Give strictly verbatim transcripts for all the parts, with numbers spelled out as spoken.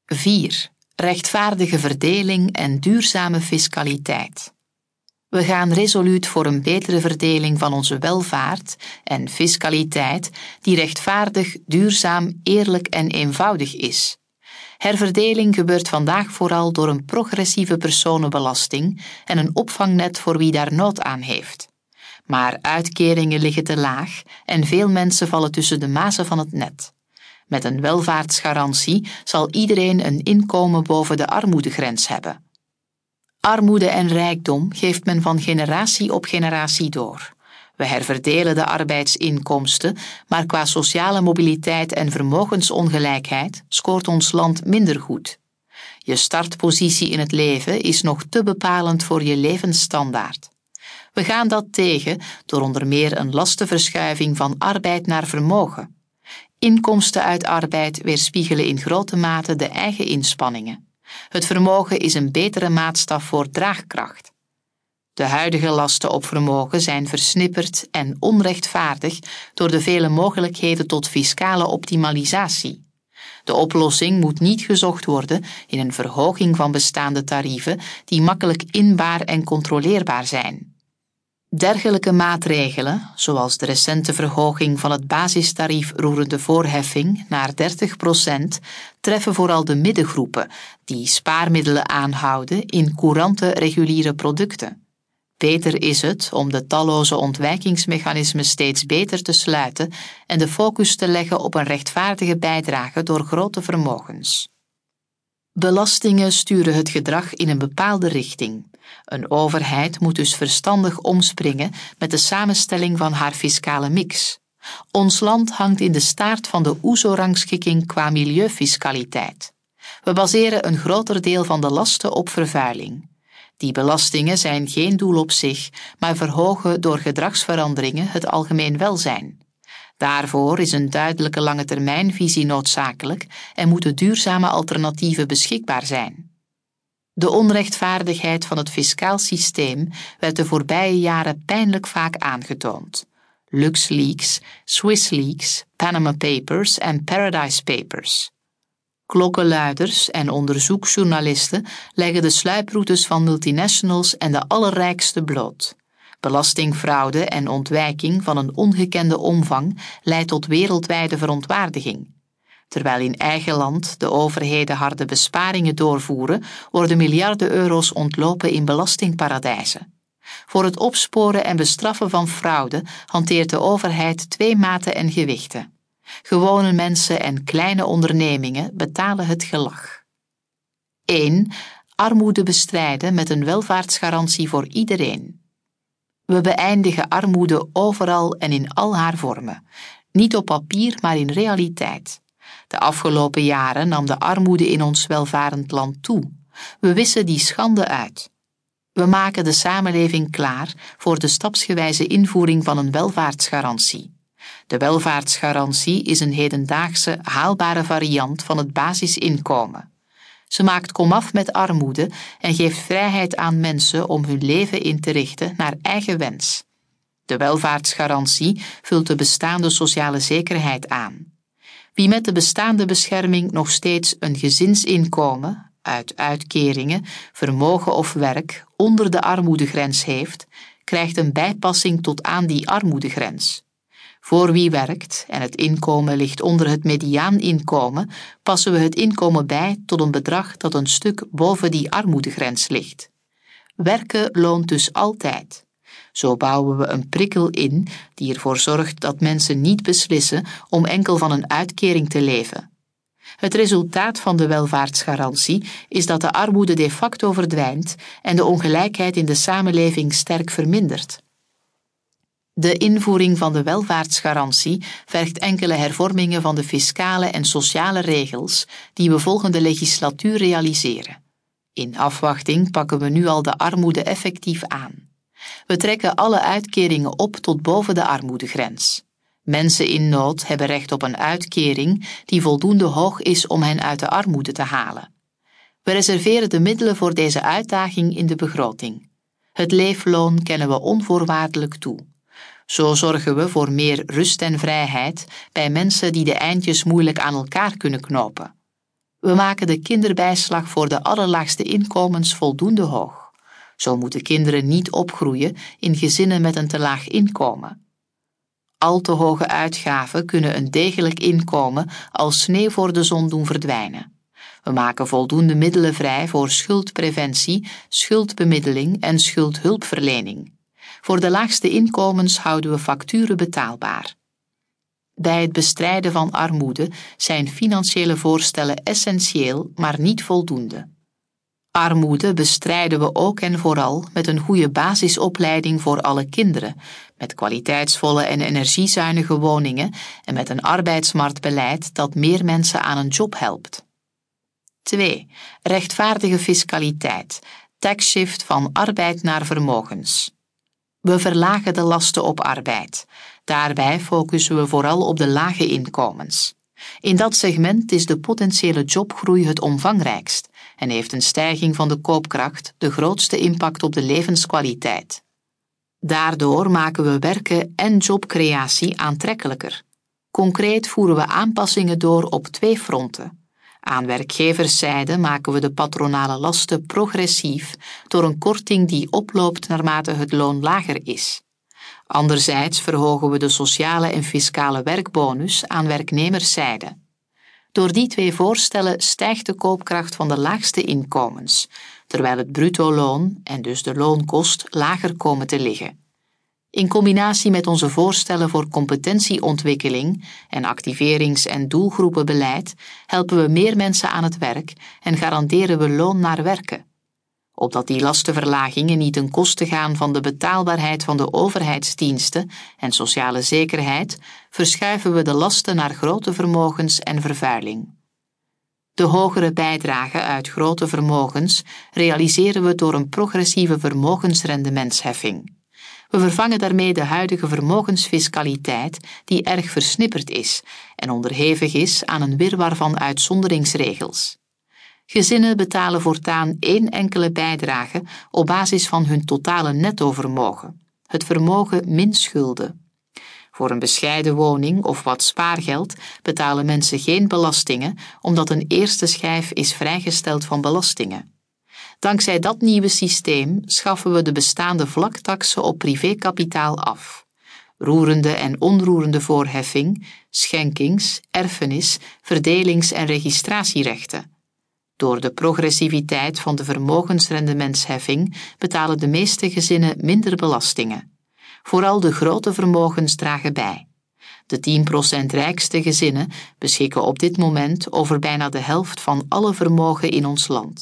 vier. Rechtvaardige verdeling en duurzame fiscaliteit. We gaan resoluut voor een betere verdeling van onze welvaart en fiscaliteit die rechtvaardig, duurzaam, eerlijk en eenvoudig is. Herverdeling gebeurt vandaag vooral door een progressieve personenbelasting en een opvangnet voor wie daar nood aan heeft. Maar uitkeringen liggen te laag en veel mensen vallen tussen de mazen van het net. Met een welvaartsgarantie zal iedereen een inkomen boven de armoedegrens hebben. Armoede en rijkdom geeft men van generatie op generatie door. We herverdelen de arbeidsinkomsten, maar qua sociale mobiliteit en vermogensongelijkheid scoort ons land minder goed. Je startpositie in het leven is nog te bepalend voor je levensstandaard. We gaan dat tegen door onder meer een lastenverschuiving van arbeid naar vermogen. Inkomsten uit arbeid weerspiegelen in grote mate de eigen inspanningen. Het vermogen is een betere maatstaf voor draagkracht. De huidige lasten op vermogen zijn versnipperd en onrechtvaardig door de vele mogelijkheden tot fiscale optimalisatie. De oplossing moet niet gezocht worden in een verhoging van bestaande tarieven die makkelijk inbaar en controleerbaar zijn. Dergelijke maatregelen, zoals de recente verhoging van het basistarief roerende voorheffing naar dertig procent, treffen vooral de middengroepen die spaarmiddelen aanhouden in courante reguliere producten. Beter is het om de talloze ontwijkingsmechanismen steeds beter te sluiten en de focus te leggen op een rechtvaardige bijdrage door grote vermogens. Belastingen sturen het gedrag in een bepaalde richting. Een overheid moet dus verstandig omspringen met de samenstelling van haar fiscale mix. Ons land hangt in de staart van de O E S O-rangschikking qua milieufiscaliteit. We baseren een groter deel van de lasten op vervuiling. Die belastingen zijn geen doel op zich, maar verhogen door gedragsveranderingen het algemeen welzijn. Daarvoor is een duidelijke langetermijnvisie noodzakelijk en moeten duurzame alternatieven beschikbaar zijn. De onrechtvaardigheid van het fiscaal systeem werd de voorbije jaren pijnlijk vaak aangetoond. LuxLeaks, SwissLeaks, Panama Papers en Paradise Papers. Klokkenluiders en onderzoeksjournalisten leggen de sluiproutes van multinationals en de allerrijkste bloot. Belastingfraude en ontwijking van een ongekende omvang leidt tot wereldwijde verontwaardiging. Terwijl in eigen land de overheden harde besparingen doorvoeren, worden miljarden euro's ontlopen in belastingparadijzen. Voor het opsporen en bestraffen van fraude hanteert de overheid twee maten en gewichten. Gewone mensen en kleine ondernemingen betalen het gelag. één. Armoede bestrijden met een welvaartsgarantie voor iedereen. We beëindigen armoede overal en in al haar vormen. Niet op papier, maar in realiteit. De afgelopen jaren nam de armoede in ons welvarend land toe. We wissen die schande uit. We maken de samenleving klaar voor de stapsgewijze invoering van een welvaartsgarantie. De welvaartsgarantie is een hedendaagse, haalbare variant van het basisinkomen. Ze maakt komaf met armoede en geeft vrijheid aan mensen om hun leven in te richten naar eigen wens. De welvaartsgarantie vult de bestaande sociale zekerheid aan. Wie met de bestaande bescherming nog steeds een gezinsinkomen, uit uitkeringen, vermogen of werk, onder de armoedegrens heeft, krijgt een bijpassing tot aan die armoedegrens. Voor wie werkt en het inkomen ligt onder het mediaaninkomen, passen we het inkomen bij tot een bedrag dat een stuk boven die armoedegrens ligt. Werken loont dus altijd. Zo bouwen we een prikkel in die ervoor zorgt dat mensen niet beslissen om enkel van een uitkering te leven. Het resultaat van de welvaartsgarantie is dat de armoede de facto verdwijnt en de ongelijkheid in de samenleving sterk vermindert. De invoering van de welvaartsgarantie vergt enkele hervormingen van de fiscale en sociale regels die we volgende legislatuur realiseren. In afwachting pakken we nu al de armoede effectief aan. We trekken alle uitkeringen op tot boven de armoedegrens. Mensen in nood hebben recht op een uitkering die voldoende hoog is om hen uit de armoede te halen. We reserveren de middelen voor deze uitdaging in de begroting. Het leefloon kennen we onvoorwaardelijk toe. Zo zorgen we voor meer rust en vrijheid bij mensen die de eindjes moeilijk aan elkaar kunnen knopen. We maken de kinderbijslag voor de allerlaagste inkomens voldoende hoog. Zo moeten kinderen niet opgroeien in gezinnen met een te laag inkomen. Al te hoge uitgaven kunnen een degelijk inkomen als sneeuw voor de zon doen verdwijnen. We maken voldoende middelen vrij voor schuldpreventie, schuldbemiddeling en schuldhulpverlening. Voor de laagste inkomens houden we facturen betaalbaar. Bij het bestrijden van armoede zijn financiële voorstellen essentieel, maar niet voldoende. Armoede bestrijden we ook en vooral met een goede basisopleiding voor alle kinderen, met kwaliteitsvolle en energiezuinige woningen en met een arbeidsmarktbeleid dat meer mensen aan een job helpt. twee. Rechtvaardige fiscaliteit, taxshift van arbeid naar vermogens. We verlagen de lasten op arbeid. Daarbij focussen we vooral op de lage inkomens. In dat segment is de potentiële jobgroei het omvangrijkst en heeft een stijging van de koopkracht de grootste impact op de levenskwaliteit. Daardoor maken we werken en jobcreatie aantrekkelijker. Concreet voeren we aanpassingen door op twee fronten. Aan werkgeverszijde maken we de patronale lasten progressief door een korting die oploopt naarmate het loon lager is. Anderzijds verhogen we de sociale en fiscale werkbonus aan werknemerszijde. Door die twee voorstellen stijgt de koopkracht van de laagste inkomens, terwijl het bruto loon en dus de loonkost lager komen te liggen. In combinatie met onze voorstellen voor competentieontwikkeling en activerings- en doelgroepenbeleid helpen we meer mensen aan het werk en garanderen we loon naar werken. Opdat die lastenverlagingen niet ten koste gaan van de betaalbaarheid van de overheidsdiensten en sociale zekerheid, verschuiven we de lasten naar grote vermogens en vervuiling. De hogere bijdrage uit grote vermogens realiseren we door een progressieve vermogensrendementsheffing. We vervangen daarmee de huidige vermogensfiscaliteit die erg versnipperd is en onderhevig is aan een wirwar van uitzonderingsregels. Gezinnen betalen voortaan één enkele bijdrage op basis van hun totale nettovermogen, het vermogen min schulden. Voor een bescheiden woning of wat spaargeld betalen mensen geen belastingen, omdat een eerste schijf is vrijgesteld van belastingen. Dankzij dat nieuwe systeem schaffen we de bestaande vlaktaxen op privékapitaal af. Roerende en onroerende voorheffing, schenkings, erfenis, verdelings- en registratierechten. Door de progressiviteit van de vermogensrendementsheffing betalen de meeste gezinnen minder belastingen. Vooral de grote vermogens dragen bij. De tien procent rijkste gezinnen beschikken op dit moment over bijna de helft van alle vermogen in ons land.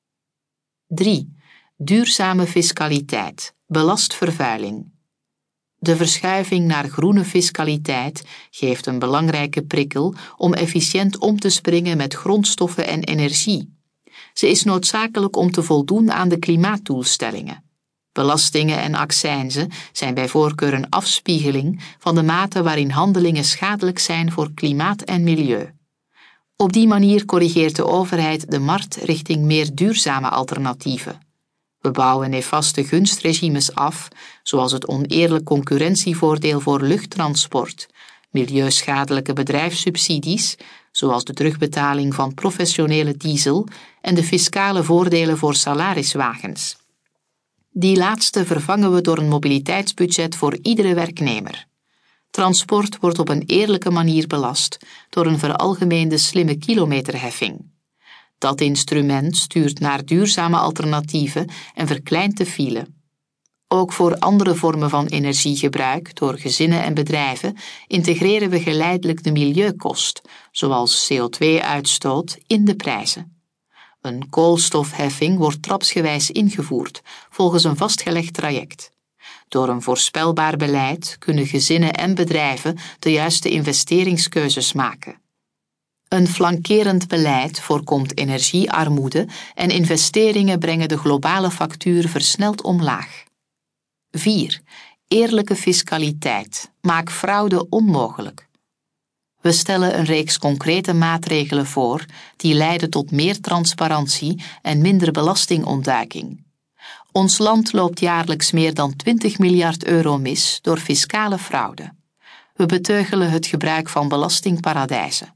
drie. Duurzame fiscaliteit, belastvervuiling. De verschuiving naar groene fiscaliteit geeft een belangrijke prikkel om efficiënt om te springen met grondstoffen en energie. Ze is noodzakelijk om te voldoen aan de klimaatdoelstellingen. Belastingen en accijnzen zijn bij voorkeur een afspiegeling van de mate waarin handelingen schadelijk zijn voor klimaat en milieu. Op die manier corrigeert de overheid de markt richting meer duurzame alternatieven. We bouwen nefaste gunstregimes af, zoals het oneerlijk concurrentievoordeel voor luchttransport, milieuschadelijke bedrijfssubsidies, zoals de terugbetaling van professionele diesel en de fiscale voordelen voor salariswagens. Die laatste vervangen we door een mobiliteitsbudget voor iedere werknemer. Transport wordt op een eerlijke manier belast door een veralgemeende slimme kilometerheffing. Dat instrument stuurt naar duurzame alternatieven en verkleint de file. Ook voor andere vormen van energiegebruik door gezinnen en bedrijven integreren we geleidelijk de milieukost, zoals C O twee uitstoot, in de prijzen. Een koolstofheffing wordt trapsgewijs ingevoerd, volgens een vastgelegd traject. Door een voorspelbaar beleid kunnen gezinnen en bedrijven de juiste investeringskeuzes maken. Een flankerend beleid voorkomt energiearmoede en investeringen brengen de globale factuur versneld omlaag. vier. Eerlijke fiscaliteit. Maak fraude onmogelijk. We stellen een reeks concrete maatregelen voor die leiden tot meer transparantie en minder belastingontduiking. Ons land loopt jaarlijks meer dan twintig miljard euro mis door fiscale fraude. We beteugelen het gebruik van belastingparadijzen.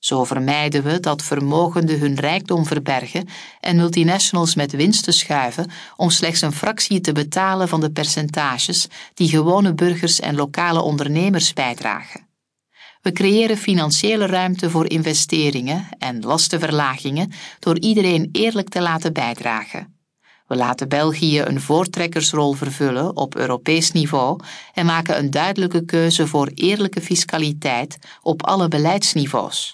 Zo vermijden we dat vermogenden hun rijkdom verbergen en multinationals met winsten schuiven om slechts een fractie te betalen van de percentages die gewone burgers en lokale ondernemers bijdragen. We creëren financiële ruimte voor investeringen en lastenverlagingen door iedereen eerlijk te laten bijdragen. We laten België een voortrekkersrol vervullen op Europees niveau en maken een duidelijke keuze voor eerlijke fiscaliteit op alle beleidsniveaus.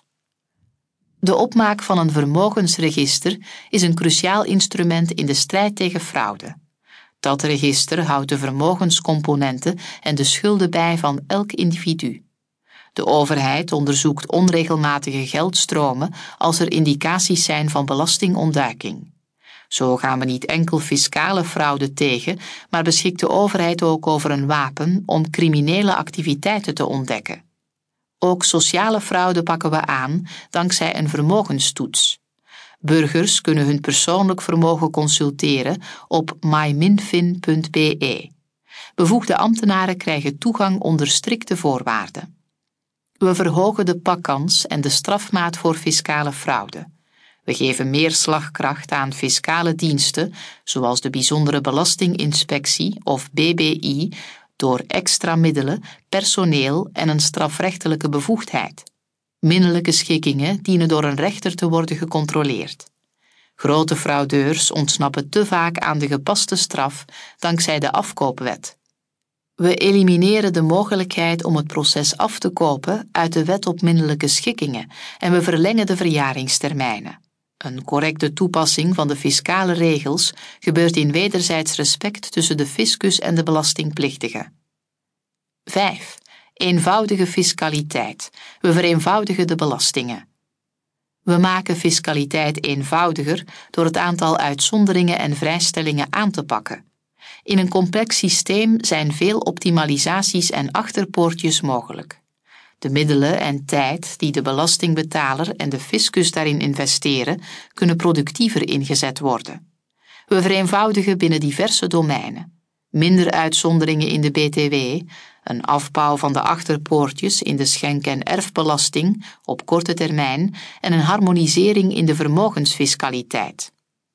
De opmaak van een vermogensregister is een cruciaal instrument in de strijd tegen fraude. Dat register houdt de vermogenscomponenten en de schulden bij van elk individu. De overheid onderzoekt onregelmatige geldstromen als er indicaties zijn van belastingontduiking. Zo gaan we niet enkel fiscale fraude tegen, maar beschikt de overheid ook over een wapen om criminele activiteiten te ontdekken. Ook sociale fraude pakken we aan dankzij een vermogenstoets. Burgers kunnen hun persoonlijk vermogen consulteren op my minfin punt b e. Bevoegde ambtenaren krijgen toegang onder strikte voorwaarden. We verhogen de pakkans en de strafmaat voor fiscale fraude. We geven meer slagkracht aan fiscale diensten, zoals de Bijzondere Belastinginspectie of B B I, door extra middelen, personeel en een strafrechtelijke bevoegdheid. Minderlijke schikkingen dienen door een rechter te worden gecontroleerd. Grote fraudeurs ontsnappen te vaak aan de gepaste straf dankzij de afkoopwet. We elimineren de mogelijkheid om het proces af te kopen uit de wet op minderlijke schikkingen en we verlengen de verjaringstermijnen. Een correcte toepassing van de fiscale regels gebeurt in wederzijds respect tussen de fiscus en de belastingplichtige. vijf. Eenvoudige fiscaliteit. We vereenvoudigen de belastingen. We maken fiscaliteit eenvoudiger door het aantal uitzonderingen en vrijstellingen aan te pakken. In een complex systeem zijn veel optimalisaties en achterpoortjes mogelijk. De middelen en tijd die de belastingbetaler en de fiscus daarin investeren, kunnen productiever ingezet worden. We vereenvoudigen binnen diverse domeinen. Minder uitzonderingen in de B T W, een afbouw van de achterpoortjes in de schenk- en erfbelasting op korte termijn en een harmonisering in de vermogensfiscaliteit.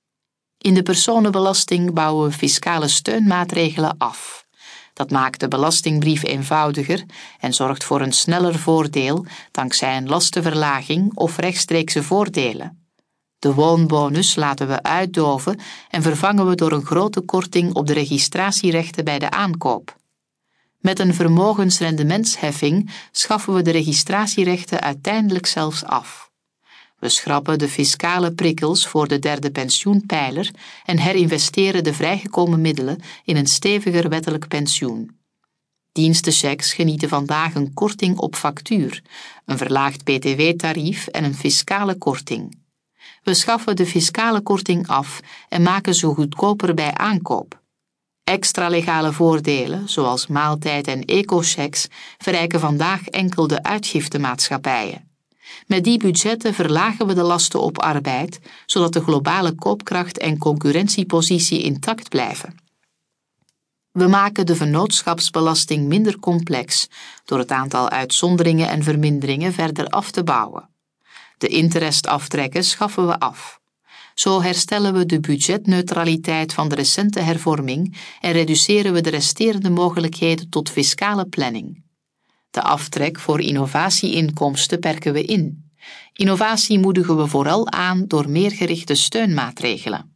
In de personenbelasting bouwen we fiscale steunmaatregelen af. Dat maakt de belastingbrief eenvoudiger en zorgt voor een sneller voordeel dankzij een lastenverlaging of rechtstreekse voordelen. De woonbonus laten we uitdoven en vervangen we door een grote korting op de registratierechten bij de aankoop. Met een vermogensrendementsheffing schaffen we de registratierechten uiteindelijk zelfs af. We schrappen de fiscale prikkels voor de derde pensioenpijler en herinvesteren de vrijgekomen middelen in een steviger wettelijk pensioen. Dienstenchecks genieten vandaag een korting op factuur, een verlaagd B T W-tarief en een fiscale korting. We schaffen de fiscale korting af en maken ze goedkoper bij aankoop. Extra legale voordelen, zoals maaltijd- en ecochecks, verrijken vandaag enkel de uitgiftemaatschappijen. Met die budgetten verlagen we de lasten op arbeid, zodat de globale koopkracht en concurrentiepositie intact blijven. We maken de vennootschapsbelasting minder complex door het aantal uitzonderingen en verminderingen verder af te bouwen. De interestaftrekken schaffen we af. Zo herstellen we de budgetneutraliteit van de recente hervorming en reduceren we de resterende mogelijkheden tot fiscale planning. De aftrek voor innovatieinkomsten perken we in. Innovatie moedigen we vooral aan door meer gerichte steunmaatregelen.